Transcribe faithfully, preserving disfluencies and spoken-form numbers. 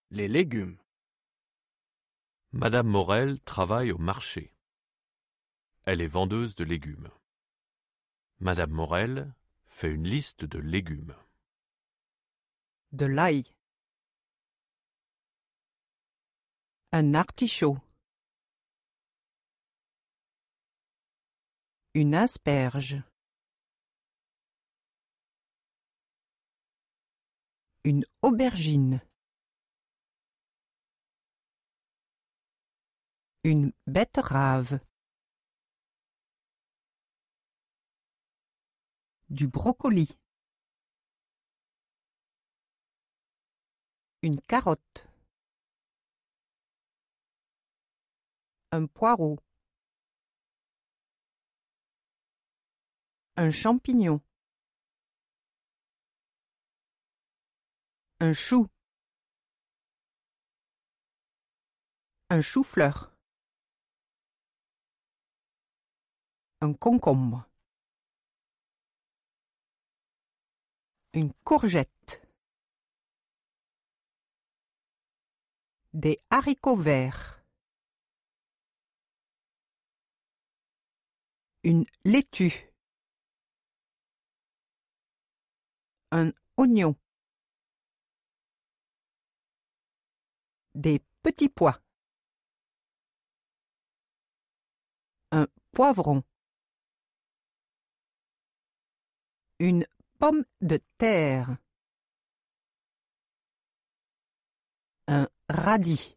Les légumes. Madame Morel travaille au marché. Elle est vendeuse de légumes. Madame Morel fait une liste de légumes. De l'ail. Un artichaut. Une asperge. Une aubergine. Une betterave. Du brocoli. Une carotte. Un poireau. Un champignon. Un chou. Un chou-fleur. Un concombre. Une courgette. Des haricots verts. Une laitue. Un oignon. Des petits pois. Un poivron. Une pomme de terre. Un radis.